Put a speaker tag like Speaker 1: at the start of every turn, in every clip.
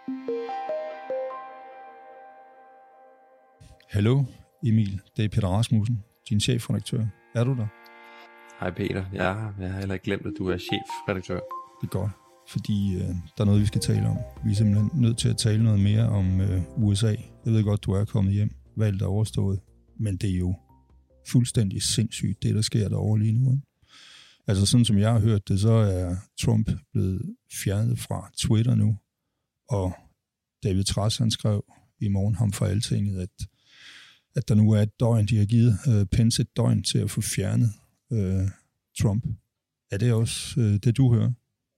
Speaker 1: Hallo Emil, det er Peter Rasmussen, din chefredaktør. Er du der?
Speaker 2: Hej Peter, jeg har heller ikke glemt, at du er chefredaktør.
Speaker 1: Det er godt, fordi der er noget, vi skal tale om. Vi er simpelthen nødt til at tale noget mere om USA. Jeg ved godt, du er kommet hjem, valget er overstået, men det er jo fuldstændig sindssygt, det der sker derovre lige nu. Ikke? Altså sådan som jeg har hørt det, så er Trump blevet fjernet fra Twitter nu, og David Trads, han skrev i morgen ham fra Altinget, at der nu er et døgn, de har givet Pence et døgn til at få fjernet Trump. Er det også det, du hører?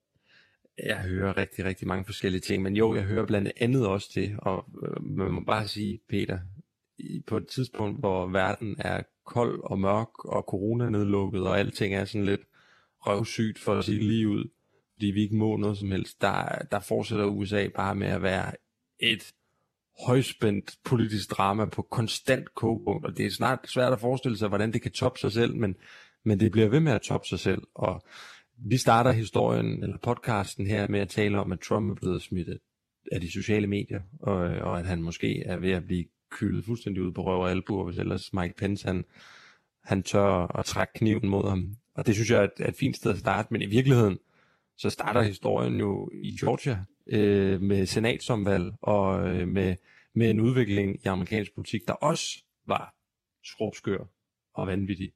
Speaker 2: Jeg hører rigtig, rigtig mange forskellige ting, men jo, jeg hører blandt andet også det, og man må bare sige, Peter, på et tidspunkt, hvor verden er kold og mørk, og corona er nedlukket, og alting er sådan lidt røvsygt for at sige lige ud, fordi vi ikke må noget som helst, der fortsætter USA bare med at være et højspændt politisk drama på konstant kogepunkt, og det er snart svært at forestille sig, hvordan det kan toppe sig selv, men det bliver ved med at toppe sig selv, og vi starter historien, eller podcasten her, med at tale om, at Trump er blevet smittet af de sociale medier, og at han måske er ved at blive kylet fuldstændig ud på røv og albuer, hvis ellers Mike Pence, han tør at trække kniven mod ham. Og det synes jeg er et fint sted at starte, men i virkeligheden, så starter historien jo i Georgia, med senatsomvalg, og med en udvikling i amerikansk politik, der også var skrubskør og vanvittig.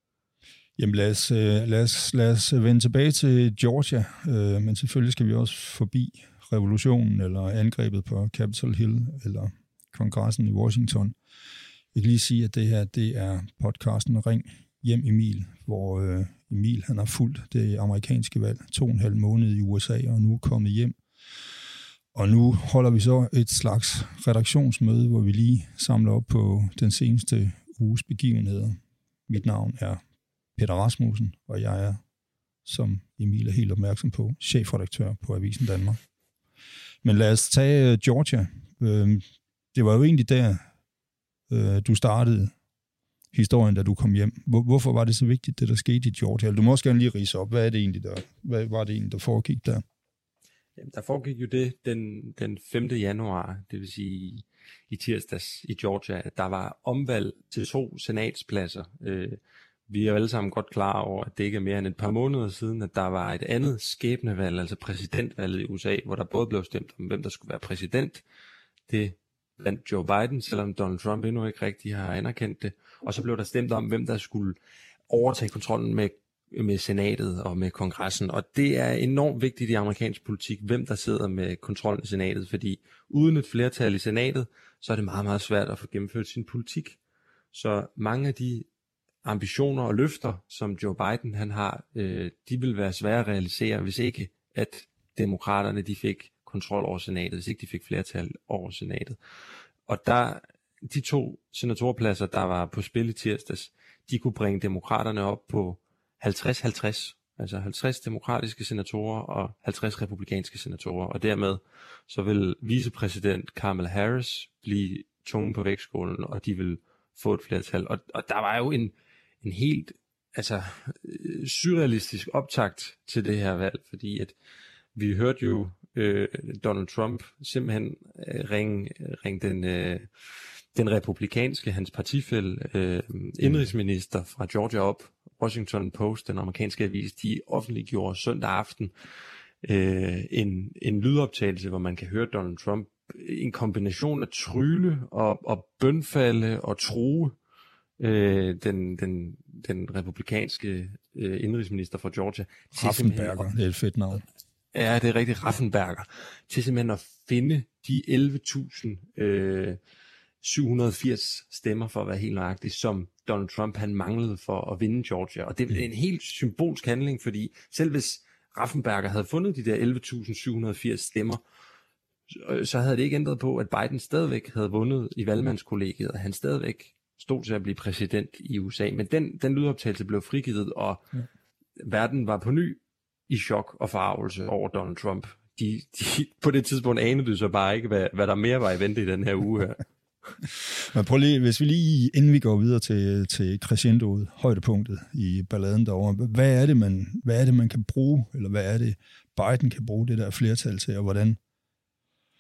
Speaker 1: Jamen lad os vende tilbage til Georgia, men selvfølgelig skal vi også forbi revolutionen eller angrebet på Capitol Hill eller kongressen i Washington. Jeg kan lige sige, at det her det er podcasten Ring hjem Emil, hvor Emil han har fulgt det amerikanske valg 2,5 måneder i USA og nu er kommet hjem. Og nu holder vi så et slags redaktionsmøde, hvor vi lige samler op på den seneste uges begivenheder. Mit navn er Peter Rasmussen, og jeg er, som Emil er helt opmærksom på, chefredaktør på Avisen Danmark. Men lad os tage Georgia. Det var jo egentlig der, du startede historien, da du kom hjem. Hvorfor var det så vigtigt, det der skete i Georgia? Du må også gerne lige ridse op. Hvad var det egentlig, der foregik der?
Speaker 2: Jamen, der foregik jo det den 5. januar, det vil sige i tirsdags i Georgia, at der var omvalg til 2 senatspladser. Vi er jo alle sammen godt klar over, at det ikke er mere end et par måneder siden, at der var et andet skæbnevalg, altså præsidentvalget i USA, hvor der både blev stemt om, hvem der skulle være præsident. Det vandt Joe Biden, selvom Donald Trump endnu ikke rigtig har anerkendt det. Og så blev der stemt om, hvem der skulle overtage kontrollen med senatet og med kongressen. Og det er enormt vigtigt i amerikansk politik, hvem der sidder med kontrollen i senatet, fordi uden et flertal i senatet, så er det meget, meget svært at få gennemført sin politik. Så mange af de ambitioner og løfter, som Joe Biden han har, de vil være svære at realisere, hvis ikke at demokraterne de fik kontrol over senatet, hvis ikke de fik flertal over senatet. Og de 2 senatorpladser, der var på spil i tirsdags, de kunne bringe demokraterne op på 50-50, altså 50 demokratiske senatorer og 50 republikanske senatorer, og dermed så vil vicepræsident Kamala Harris blive tungen på vægtskålen, og de vil få et flertal. Og der var jo en helt surrealistisk optakt til det her valg, fordi at vi hørte jo Donald Trump simpelthen ringe den republikanske, hans partifælle, indrigsminister fra Georgia op. Washington Post, den amerikanske avis, de offentliggjorde søndag aften en lydoptagelse, hvor man kan høre Donald Trump en kombination af trylle og bønfalde og true den republikanske indrigsminister fra Georgia.
Speaker 1: Raffenberger, det er et fedt navn.
Speaker 2: Ja, det er rigtig Raffenberger. Til simpelthen at finde de 11.780 stemmer, for at være helt nøjagtig, som Donald Trump han manglede for at vinde Georgia. Og det er en helt symbolsk handling, fordi selv hvis Raffenberger havde fundet de der 11.780 stemmer, så havde det ikke ændret på, at Biden stadigvæk havde vundet i valgmandskollegiet, og han stadigvæk stod til at blive præsident i USA. Men den lydoptagelse blev frigivet, og verden var på ny i chok og forarvelse over Donald Trump. De på det tidspunkt anede så bare ikke, hvad der mere var i vente i den her uge her.
Speaker 1: Men prøv lige, hvis vi lige, inden vi går videre til crescendoet, højdepunktet i balladen derovre, hvad er det, man kan bruge, eller hvad er det, Biden kan bruge det der flertal til, og hvordan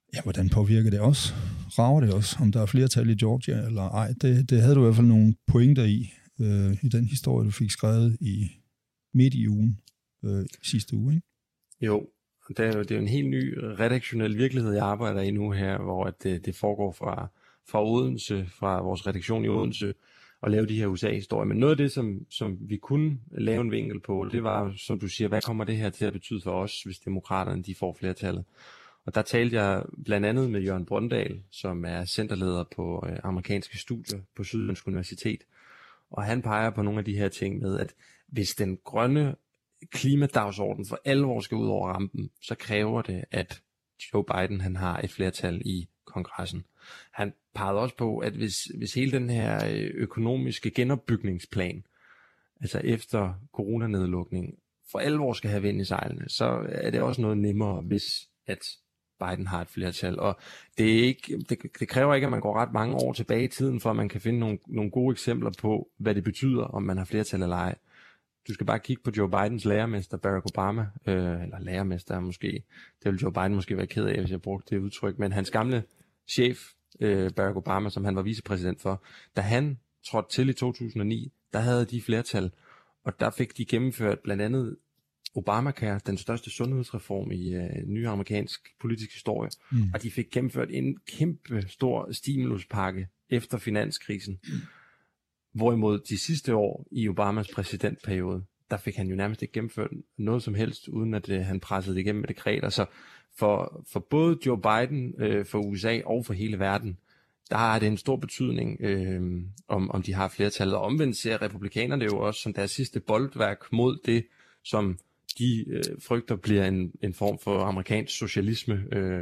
Speaker 1: Ja, hvordan påvirker det os? Rager det os, om der er flertal i Georgia eller ej? Det havde du i hvert fald nogle pointer i den historie, du fik skrevet midt i ugen sidste uge, ikke?
Speaker 2: Jo, det er jo en helt ny redaktionel virkelighed, jeg arbejder i nu her, hvor det foregår fra Odense, fra vores redaktion i Odense, at lave de her USA-historier. Men noget af det, som vi kunne lave en vinkel på, det var, som du siger, hvad kommer det her til at betyde for os, hvis demokraterne de får flertallet? Og der talte jeg blandt andet med Jørgen Brøndal, som er centerleder på amerikanske studier på Syddansk Universitet. Og han peger på nogle af de her ting med, at hvis den grønne klimadagsorden for alvor skal ud over rampen, så kræver det, at Joe Biden han har et flertal i kongressen. Han pegede også på, at hvis hele den her økonomiske genopbygningsplan, altså efter coronanedlukning, for alvor skal have vind i sejlene, så er det også noget nemmere, hvis at Biden har et flertal. Og det kræver ikke, at man går ret mange år tilbage i tiden, for at man kan finde nogle gode eksempler på, hvad det betyder, om man har flertal eller ej. Du skal bare kigge på Joe Bidens lærermester Barack Obama, eller lærermester måske. Det vil Joe Biden måske være ked af, hvis jeg brugte det udtryk. Men hans gamle chef, Barack Obama, som han var vicepræsident for, da han trådte til i 2009, der havde de flertal, og der fik de gennemført blandt andet Obamacare, den største sundhedsreform i ny amerikansk politisk historie, og de fik gennemført en kæmpe stor stimuluspakke efter finanskrisen. Hvorimod de sidste år i Obamas præsidentperiode, der fik han jo nærmest ikke gennemført noget som helst, uden at han pressede det igennem med dekreter. Så for både Joe Biden, for USA og for hele verden, der har det en stor betydning, om de har flertallet. Og omvendt ser republikanerne jo også som deres sidste bolværk mod det, som de frygter bliver en form for amerikansk socialisme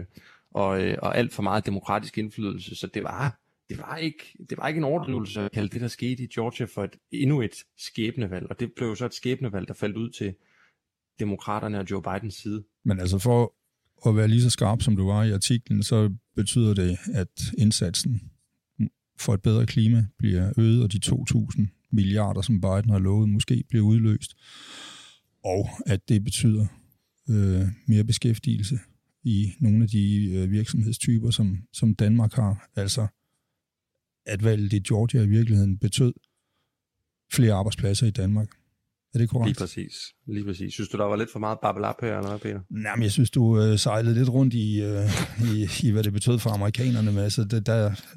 Speaker 2: og alt for meget demokratisk indflydelse. Så det var ikke en overdrivelse at kalde det, der skete i Georgia, for endnu et skæbnevalg. Og det blev jo så et skæbnevalg, der faldt ud til demokraterne og Joe Bidens side.
Speaker 1: Men altså for at være lige så skarp, som du var i artiklen, så betyder det, at indsatsen for et bedre klima bliver øget, og de 2.000 milliarder, som Biden har lovet, måske bliver udløst. Og at det betyder mere beskæftigelse i nogle af de virksomhedstyper, som Danmark har. Altså at valget i Georgia i virkeligheden betød flere arbejdspladser i Danmark. Er det korrekt?
Speaker 2: Lige præcis. Synes du, der var lidt for meget babbelap her, eller hvad, Peter?
Speaker 1: Nej, men jeg synes, du sejlede lidt rundt i hvad det betød for amerikanerne. Men altså, det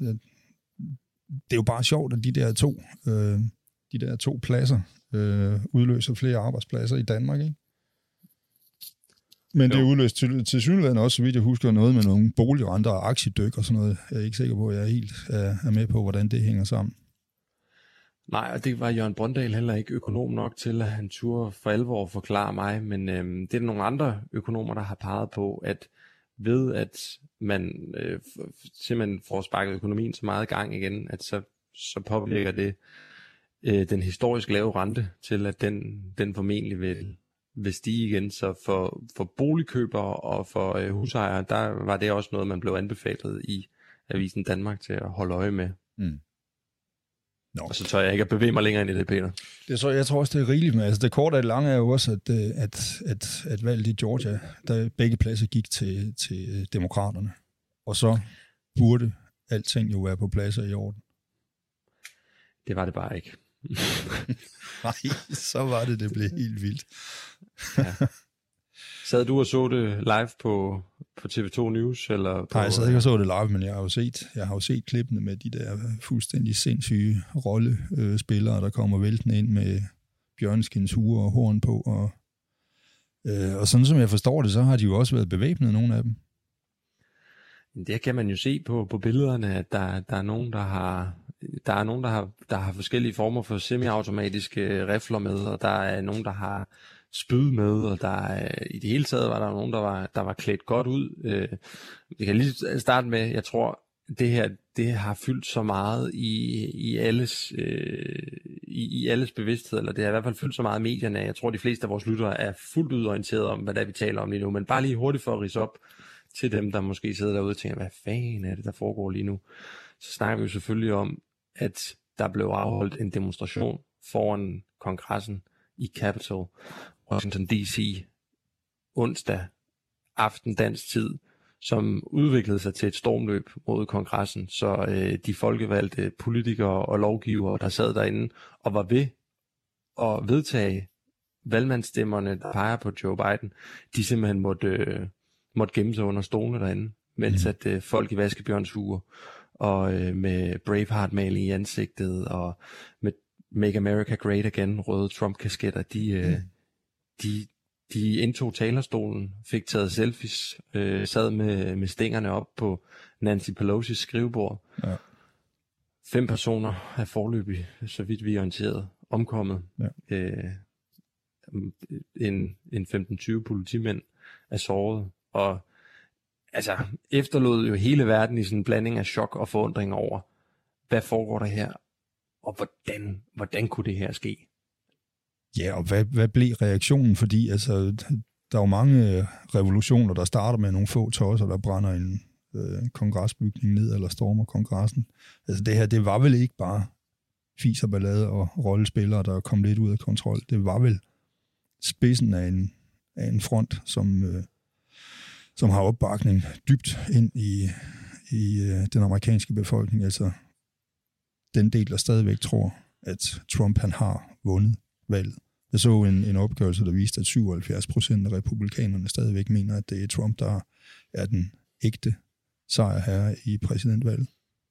Speaker 1: er jo bare sjovt, at de der to pladser udløser flere arbejdspladser i Danmark, ikke? Men det er udløst til synligheden også, så vidt jeg husker, noget med nogle boligrenter og aktiedyk og sådan noget. Jeg er ikke sikker på, at jeg helt er med på, hvordan det hænger sammen.
Speaker 2: Nej, og det var Jørgen Brøndal heller ikke økonom nok til, at han turde for alvor forklare mig, men det er der nogle andre økonomer, der har peget på, at ved at man simpelthen får sparket økonomien så meget gang igen, at så påvirker det den historisk lave rente til, at den formentlig vil stige igen. Så for boligkøbere og for husejere, der var det også noget, man blev anbefalet i Avisen Danmark til at holde øje med. Mm. No. Og så tør jeg ikke at bevæge mig længere ind i det, Peter.
Speaker 1: Jeg tror også, det er rigeligt med. Altså, det korte og det lange er jo også, at valget i Georgia, der begge pladser gik til demokraterne. Og så burde alting jo være på pladser i orden.
Speaker 2: Det var det bare ikke.
Speaker 1: Nej, så var det blev helt vildt.
Speaker 2: Ja. Sad du og så det live på TV2 News? Eller på,
Speaker 1: nej, jeg sad ikke og så det live, men jeg har jo set klippene med de der fuldstændig sindssyge rollespillere, der kommer væltende ind med bjørneskins huer og horn på. Og sådan som jeg forstår det, så har de jo også været bevæbnet, nogle af dem.
Speaker 2: Det kan man jo se på billederne, at der er nogen, der har forskellige former for semiautomatiske rifler med, og der er nogen, der har spyd med, og i det hele taget var der nogen, der var klædt godt ud. Vi kan lige starte med, jeg tror, det har fyldt så meget i alles bevidsthed, eller det har i hvert fald fyldt så meget i medierne. Jeg tror, de fleste af vores lyttere er fuldt ud orienteret om, hvad det er, vi taler om lige nu, men bare lige hurtigt for at ridse op til dem, der måske sidder derude og tænker, hvad fanden er det, der foregår lige nu? Så snakker vi jo selvfølgelig om, at der blev afholdt en demonstration foran kongressen i Capitol, Washington D.C. onsdag aften dansk tid, som udviklede sig til et stormløb mod kongressen, så de folkevalgte politikere og lovgivere, der sad derinde og var ved at vedtage valgmandsstemmerne, der peger på Joe Biden, de simpelthen måtte gemme sig under stolene derinde, mens at folk i vaskebjørnshuer og med Braveheart-maling i ansigtet og med Make America Great Again, røde Trump-kasketter, de indtog talerstolen, fik taget selfies, sad med stængerne op på Nancy Pelosi's skrivebord. Ja. 5 personer er foreløbig, så vidt vi er orienteret, omkommet. Ja. En 15-20 politimænd er såret, og altså efterlod jo hele verden i sådan en blanding af chok og forundring over, hvad foregår der her, og hvordan kunne det her ske?
Speaker 1: Ja, og hvad blev reaktionen? Fordi altså, der er jo mange revolutioner, der starter med nogle få tosser, der brænder en kongresbygning ned, eller stormer kongressen. Altså det her, det var vel ikke bare fis og ballade og rollespillere, der kom lidt ud af kontrol. Det var vel spidsen af en front, som har opbakning dybt ind i den amerikanske befolkning. Altså den del, der stadigvæk tror, at Trump han har vundet valget. Jeg så en opgørelse, der viste, at 77% af republikanerne stadigvæk mener, at det er Trump, der er den ægte sejr her i præsidentvalget.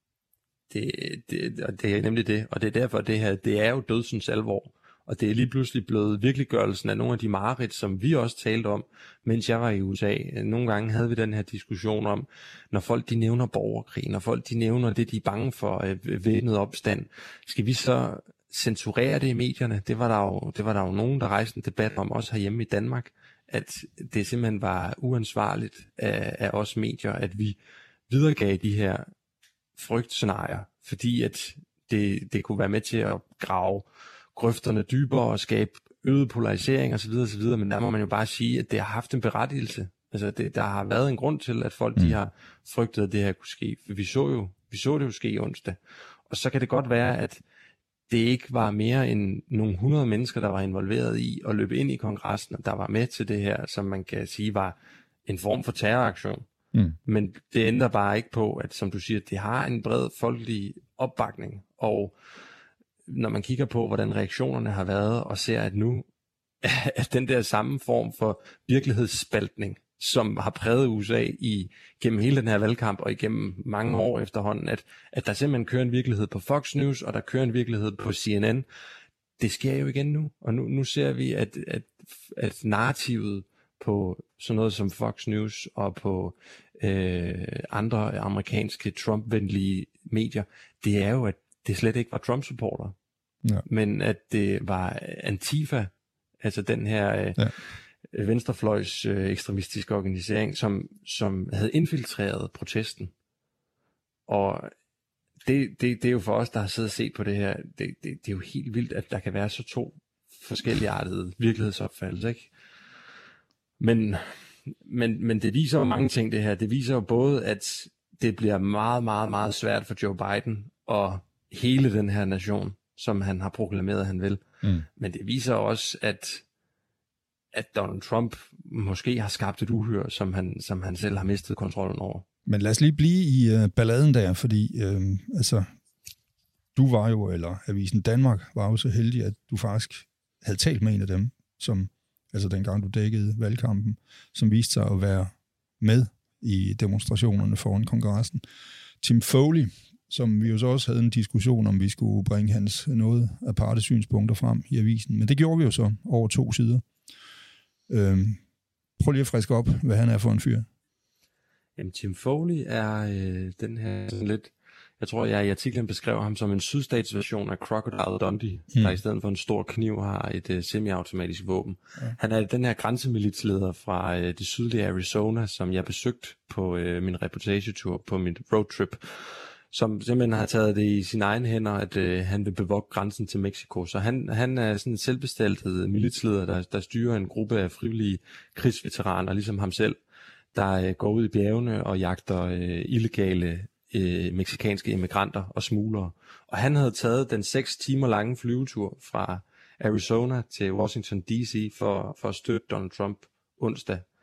Speaker 2: Det er nemlig det, og det er derfor, det her, det er jo dødsens alvor. Og det er lige pludselig blevet virkeliggørelsen af nogle af de mareridt, som vi også talte om, mens jeg var i USA. Nogle gange havde vi den her diskussion om, når folk de nævner borgerkrig, når folk de nævner det, de er bange for, væbnet opstand, skal vi så censurere det i medierne? Det var der jo nogen, der rejste en debat om, også herhjemme i Danmark, at det simpelthen var uansvarligt af os medier, at vi videregav de her frygtscenarier, fordi at det kunne være med til at grave grøfterne dybere og skabe øget polarisering osv., men der må man jo bare sige, at det har haft en berettigelse. Altså der har været en grund til, at folk de har frygtet, at det her kunne ske. For vi så det jo ske onsdag. Og så kan det godt være, at det ikke var mere end nogle 100 mennesker, der var involveret i at løbe ind i kongressen, og der var med til det her, som man kan sige var en form for terroraktion. Men det ændrer bare ikke på, at som du siger, det har en bred folkelig opbakning, og når man kigger på, hvordan reaktionerne har været, og ser, at nu at den der samme form for virkelighedsspaltning, som har præget USA gennem hele den her valgkamp og igennem mange år efterhånden, at der simpelthen kører en virkelighed på Fox News, og der kører en virkelighed på CNN. Det sker jo igen nu, og nu ser vi, at narrativet på sådan noget som Fox News og på andre amerikanske Trump-venlige medier, det er jo, at det slet ikke var Trump-supporter, men at det var Antifa, altså den her venstrefløjs ekstremistiske organisering, som havde infiltreret protesten. Og det er jo for os, der har siddet og set på det her, det er jo helt vildt, at der kan være så 2 forskelligartede virkelighedsopfattelser, ikke? Men det viser jo mange ting, det her. Det viser jo både, at det bliver meget, meget, meget svært for Joe Biden og hele den her nation, som han har proklameret, han vil. Men det viser også, at Donald Trump måske har skabt et uhyre, som han selv har mistet kontrollen over.
Speaker 1: Men lad os lige blive i balladen der, fordi du var jo, eller Avisen Danmark var jo så heldig, at du faktisk havde talt med en af dem, som, altså dengang du dækkede valgkampen, som viste sig at være med i demonstrationerne foran kongressen. Tim Foley, som vi jo så også havde en diskussion om, vi skulle bringe hans noget aparte synspunkter frem i avisen. Men det gjorde vi jo så over 2 sider. Prøv lige at friske op, hvad han er for en fyr.
Speaker 2: Jamen, Tim Foley er den her sådan lidt, jeg tror, jeg i artiklen beskrev ham som en sydstatsversion af Crocodile Dundee, der i stedet for en stor kniv har et semiautomatisk våben. Ja. Han er den her grænsemilitsleder fra det sydlige Arizona, som jeg besøgte på min reportagetur på min roadtrip, som simpelthen har taget det i sine egne hænder, at han vil bevogte grænsen til Mexico. Så han er sådan en selvbestaltet militsleder, der styrer en gruppe af frivillige krigsveteraner, ligesom ham selv, der går ud i bjergene og jagter illegale mexikanske immigranter og smuglere. Og han havde taget den 6 timer lange flyvetur fra Arizona til Washington D.C. for at støtte Donald Trump onsdag.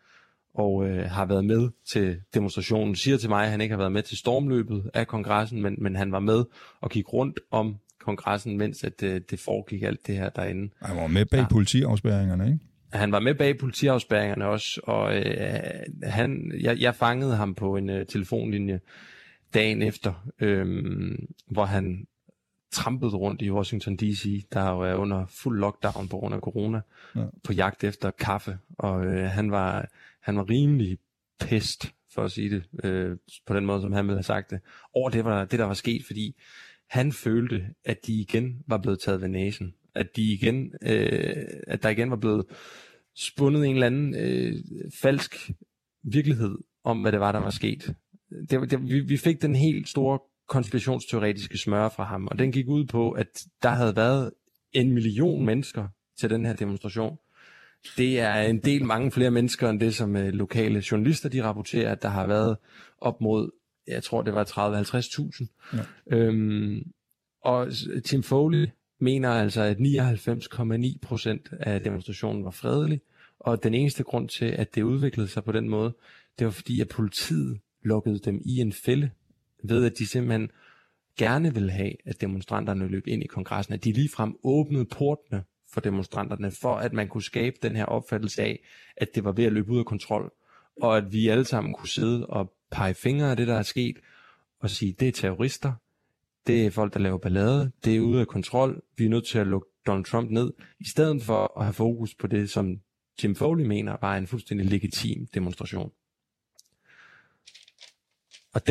Speaker 2: og har været med til demonstrationen. Siger til mig, at han ikke har været med til stormløbet af kongressen, men han var med og gik rundt om kongressen, mens at det foregik alt det her derinde.
Speaker 1: Han var med bag politiafspærringerne, ikke?
Speaker 2: Han var med bag politiafspærringerne også, og jeg fangede ham på en telefonlinje dagen efter, hvor han trampede rundt i Washington D.C., der jo er under fuld lockdown på grund af corona, på jagt efter kaffe, og han var rimelig pest, for at sige det på den måde, som han ville have sagt det, over det der var sket, fordi han følte, at de igen var blevet taget ved næsen, at der igen var blevet spundet en eller anden falsk virkelighed om, hvad det var, der var sket. Vi fik den helt store konspirationsteoretiske smør fra ham, og den gik ud på, at der havde været 1 million mennesker til den her demonstration. Det er mange flere mennesker end det, som lokale journalister de rapporterer, at der har været op mod, jeg tror det var 30-50.000. Ja. Og Tim Foley mener altså, at 99,9% af demonstrationen var fredelig, og den eneste grund til, at det udviklede sig på den måde, det var fordi, at politiet lukkede dem i en fælde, ved at de simpelthen gerne ville have, at demonstranterne løb ind i kongressen, at de ligefrem åbnede portene for demonstranterne, for at man kunne skabe den her opfattelse af, at det var ved at løbe ud af kontrol, og at vi alle sammen kunne sidde og pege fingre af det, der er sket, og sige, det er terrorister, det er folk, der laver ballade, det er ude af kontrol, vi er nødt til at lukke Donald Trump ned, i stedet for at have fokus på det, som Tim Foley mener var en fuldstændig legitim demonstration. Og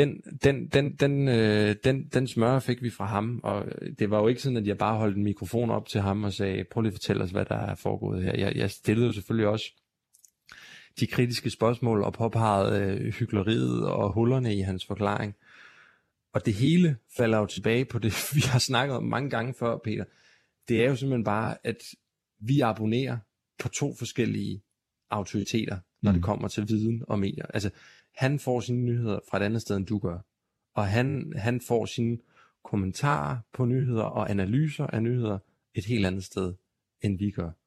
Speaker 2: den smør fik vi fra ham, og det var jo ikke sådan, at jeg bare holdt en mikrofon op til ham og sagde, prøv lige at fortælle os, hvad der er foregået her. Jeg stillede jo selvfølgelig også de kritiske spørgsmål og påpegede hykleriet og hullerne i hans forklaring. Og det hele falder jo tilbage på det, vi har snakket om mange gange før, Peter. Det er jo simpelthen bare, at vi abonnerer på 2 forskellige autoriteter, når det kommer til viden og medier. Altså, han får sine nyheder fra et andet sted, end du gør. Og han får sine kommentarer på nyheder og analyser af nyheder et helt andet sted, end vi gør.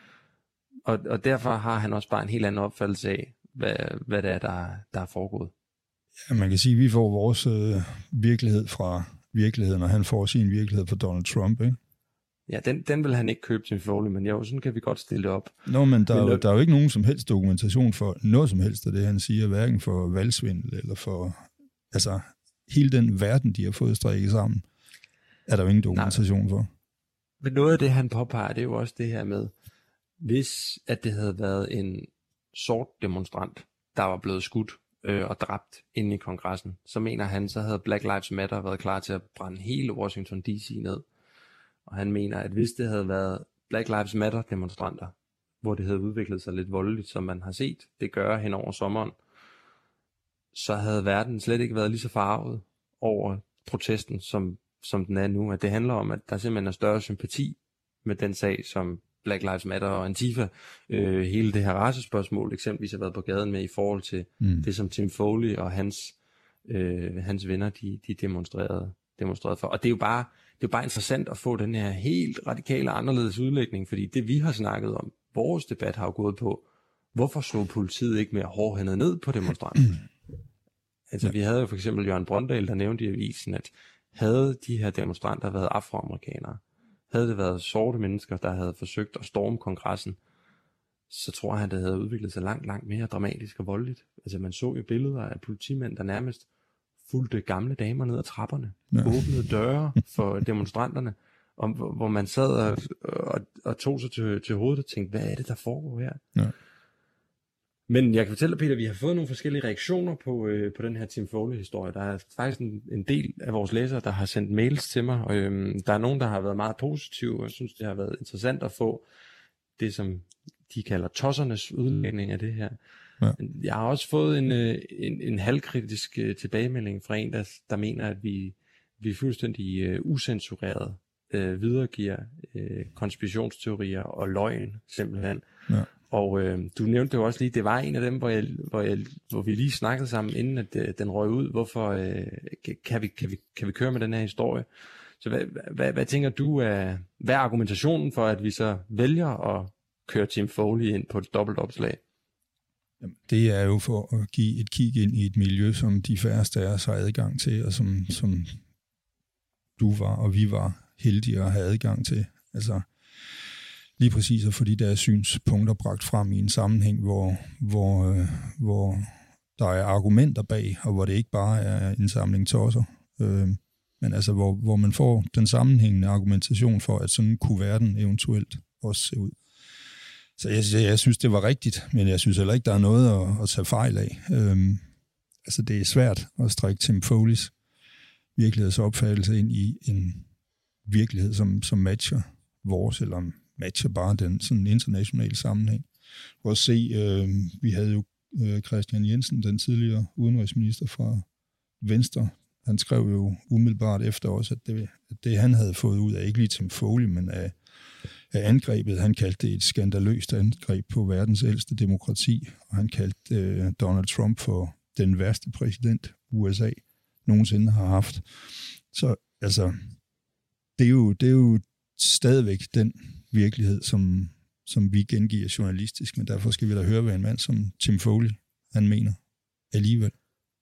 Speaker 2: Og derfor har han også bare en helt anden opfattelse af, hvad det er, der er foregået.
Speaker 1: Ja, man kan sige, at vi får vores virkelighed fra virkeligheden, og han får sin virkelighed fra Donald Trump, ikke?
Speaker 2: Ja, den vil han ikke købe til Foley, men jo, sådan kan vi godt stille det op.
Speaker 1: Nå, men der er jo ikke nogen som helst dokumentation for noget som helst af det, han siger, hverken for valgsvindel eller for, altså, hele den verden, de har fået strikket sammen, er der jo ingen dokumentation for.
Speaker 2: Men noget af det, han påpeger, det er jo også det her med, hvis at det havde været en sort demonstrant, der var blevet skudt og dræbt inde i kongressen, så mener han, så havde Black Lives Matter været klar til at brænde hele Washington D.C. ned. Og han mener, at hvis det havde været Black Lives Matter demonstranter, hvor det havde udviklet sig lidt voldeligt, som man har set det gøre hen over sommeren, så havde verden slet ikke været lige så farvet over protesten, som den er nu. At det handler om, at der simpelthen er større sympati med den sag, som Black Lives Matter og Antifa, hele det her racespørgsmål eksempelvis har været på gaden med i forhold til det, som Tim Foley og hans venner, de demonstrerede for. Og det er jo bare interessant at få den her helt radikale anderledes udlægning, fordi det vi har snakket om, vores debat har jo gået på, hvorfor slog politiet ikke mere hårdhændet ned på demonstranterne? Altså vi havde jo for eksempel Jørgen Brøndal, der nævnte i avisen, at havde de her demonstranter været afroamerikanere, havde det været sorte mennesker, der havde forsøgt at storme kongressen, så tror han, det havde udviklet sig langt, langt mere dramatisk og voldeligt. Altså man så jo billeder af politimænd, der nærmest fulgte gamle damer ned ad trapperne, åbnede døre for demonstranterne, hvor man sad og tog sig til hovedet og tænkte, hvad er det, der foregår her? Ja. Men jeg kan fortælle dig, Peter, vi har fået nogle forskellige reaktioner på den her Tim Foley-historie. Der er faktisk en del af vores læsere, der har sendt mails til mig, og der er nogen, der har været meget positive, og jeg synes, det har været interessant at få det, som de kalder tossernes udlægning af det her. Ja. Jeg har også fået en halvkritisk tilbagemelding fra en, der mener, at vi fuldstændig usensureret videregiver konspirationsteorier og løgn, simpelthen. Ja. Og du nævnte jo også lige, det var en af dem, hvor vi lige snakkede sammen, inden at den røg ud. Hvorfor kan vi køre med den her historie? Så hvad tænker du, hvad er argumentationen for, at vi så vælger at køre Tim Foley ind på et dobbelt opslag?
Speaker 1: Jamen, det er jo for at give et kig ind i et miljø, som de færreste af os har adgang til, og som du var og vi var heldige at have adgang til. Altså lige præcis at få de der synspunkter bragt frem i en sammenhæng, hvor der er argumenter bag, og hvor det ikke bare er en samling tosser. Men altså, hvor man får den sammenhængende argumentation for, at sådan kunne verden eventuelt også se ud. Så jeg synes, det var rigtigt, men jeg synes heller ikke, der er noget at tage fejl af. Altså, det er svært at strække Tim Foley's virkelighedsopfattelse ind i en virkelighed, som matcher vores, eller matcher bare den sådan internationale sammenhæng. Du også se, vi havde jo Kristian Jensen, den tidligere udenrigsminister fra Venstre. Han skrev jo umiddelbart efter os, at det han havde fået ud af, ikke lige Tim Foley, men af angrebet, han kaldte det et skandaløst angreb på verdens ældste demokrati, og han kaldte Donald Trump for den værste præsident, USA nogensinde har haft. Så altså, det er jo stadigvæk den virkelighed, som vi gengiver journalistisk, men derfor skal vi da høre, hvad en mand som Tim Foley, han mener alligevel.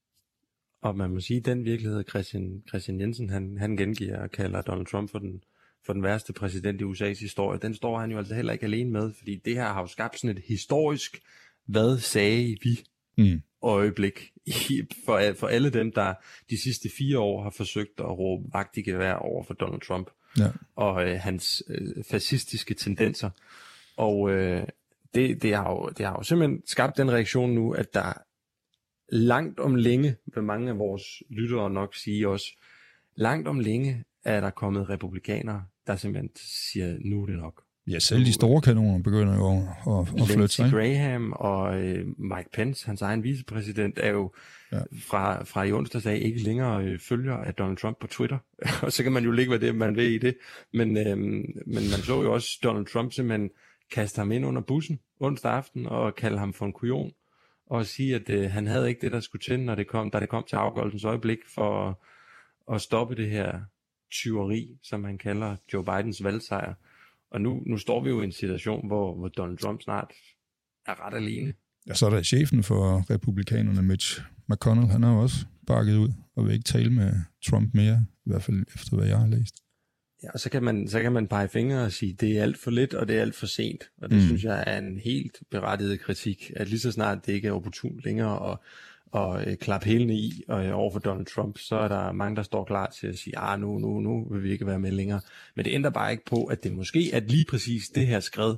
Speaker 2: Og man må sige, at den virkelighed, Kristian Jensen, han gengiver og kalder Donald Trump for den værste præsident i USA's historie, den står han jo altså heller ikke alene med, fordi det her har jo skabt sådan et historisk, hvad sagde vi øjeblik for alle dem, der de sidste 4 år har forsøgt at råbe vagt i gevær over for Donald Trump og hans fascistiske tendenser. Og det har jo simpelthen skabt den reaktion nu, at der langt om længe, vil mange af vores lyttere nok sige også, langt om længe er der kommet republikanere, der simpelthen siger, nu er det nok.
Speaker 1: Ja, selv de store kanoner begynder jo at flytte sig.
Speaker 2: Lindsey Graham og Mike Pence, hans egen vicepræsident, er jo fra i onsdags af ikke længere følger af Donald Trump på Twitter. Og så kan man jo ligge, hvad det man vil i det. Men man så jo også Donald Trump simpelthen kaste ham ind under bussen onsdag aften og kalde ham for en kujon. Og sige, at han havde ikke det, der skulle til, da det kom til afgørelsens øjeblik for at stoppe det her tyveri, som han kalder Joe Bidens valgsejr. Og nu står vi jo i en situation, hvor Donald Trump snart er ret alene.
Speaker 1: Ja, så er der chefen for republikanerne, Mitch McConnell, han har jo også bakket ud og vil ikke tale med Trump mere, i hvert fald efter hvad jeg har læst.
Speaker 2: Ja, og så kan man pege fingre og sige, det er alt for lidt, og det er alt for sent. Og det synes jeg er en helt berettiget kritik, at lige så snart det ikke er opportunt længere og klappe hælene i over for Donald Trump, så er der mange, der står klar til at sige, nu vil vi ikke være med længere. Men det ændrer bare ikke på, at det måske er lige præcis det her skred,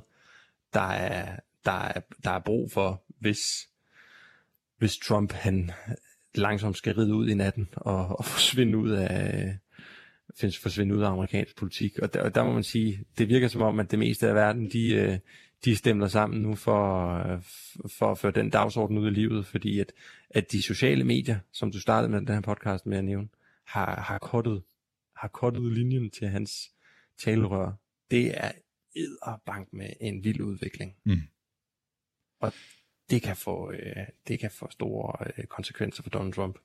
Speaker 2: der er brug for, hvis Trump han langsomt skal ride ud i natten og forsvinde ud af amerikansk politik. Og der må man sige, det virker som om, at det meste af verden, de stemmer sammen nu for at føre den dagsorden ud i livet, fordi at de sociale medier, som du startede med den her podcast med at nævne, har kortet linjen til hans talerør. Det er edderbank med en vild udvikling. Og det kan få store konsekvenser for Donald Trump.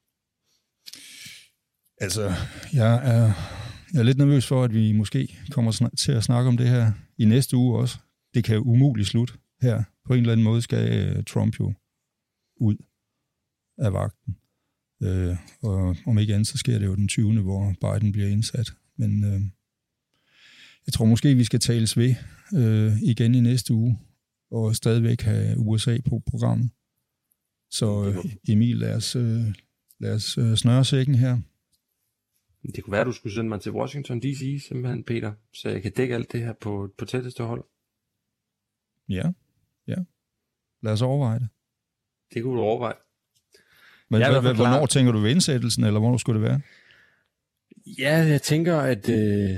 Speaker 1: Altså, jeg er lidt nervøs for, at vi måske kommer til at snakke om det her i næste uge også. Det kan jo umuligt slutte her. På en eller anden måde skal Trump jo ud af vagten. Og om ikke andet, så sker det jo den 20. hvor Biden bliver indsat. Men jeg tror måske, vi skal tales ved igen i næste uge, og stadigvæk have USA på programmet. Så Emil, lad os snøre sækken her.
Speaker 2: Det kunne være, at du skulle sende mig til Washington D.C., simpelthen, Peter, så jeg kan dække alt det her på tætteste hold.
Speaker 1: Ja. Lad os overveje det.
Speaker 2: Det kunne du overveje.
Speaker 1: Men hvornår tænker du ved indsættelsen, eller hvornår skulle det være?
Speaker 2: Ja, jeg tænker, at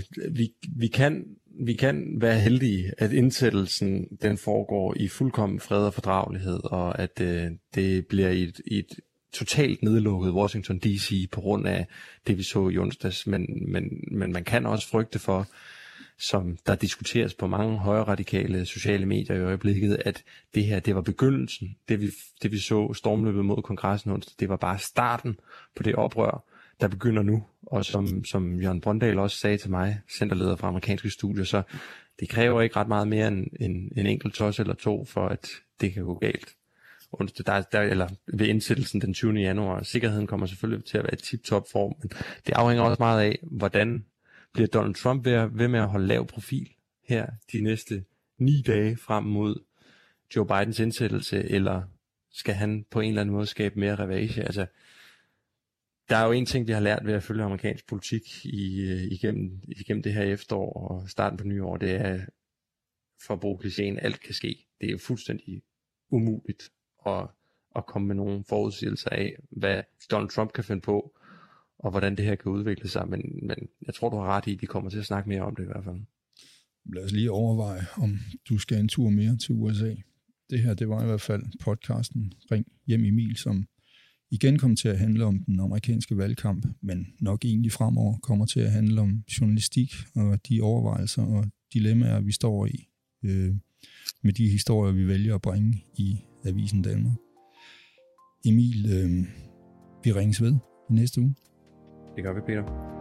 Speaker 2: vi kan være heldige, at indsættelsen den foregår i fuldkommen fred og fordragelighed, og at det bliver i et totalt nedlukket Washington D.C. på grund af det, vi så i onsdags. Men man kan også frygte for, som der diskuteres på mange højre radikale sociale medier i øjeblikket, at det her, det var begyndelsen. Det vi så stormløbet mod kongressen onsdag, det var bare starten på det oprør, der begynder nu. Og som Jørgen Brøndal også sagde til mig, centerleder fra amerikanske studier, så det kræver ikke ret meget mere end en enkelt tos eller to, for at det kan gå galt. onsdag, eller ved indsættelsen den 20. januar. Sikkerheden kommer selvfølgelig til at være i tip-top form, men det afhænger også meget af, hvordan bliver Donald Trump ved med at holde lav profil her de næste 9 dage frem mod Joe Bidens indsættelse, eller skal han på en eller anden måde skabe mere ravage? Altså, der er jo en ting, vi har lært ved at følge amerikansk politik igennem det her efterår og starten på nyår, det er, for at bruge klichéen, alt kan ske. Det er jo fuldstændig umuligt at komme med nogle forudsigelser af, hvad Donald Trump kan finde på, og hvordan det her kan udvikle sig, men jeg tror, du har ret i, at vi kommer til at snakke mere om det i hvert fald.
Speaker 1: Lad os lige overveje, om du skal en tur mere til USA. Det her, det var i hvert fald podcasten Ring hjem Emil, som igen kommer til at handle om den amerikanske valgkamp, men nok egentlig fremover kommer til at handle om journalistik og de overvejelser og dilemmaer, vi står i med de historier, vi vælger at bringe i Avisen Danmark. Emil, vi ringes ved i næste uge.
Speaker 2: Det gør vi, Peter.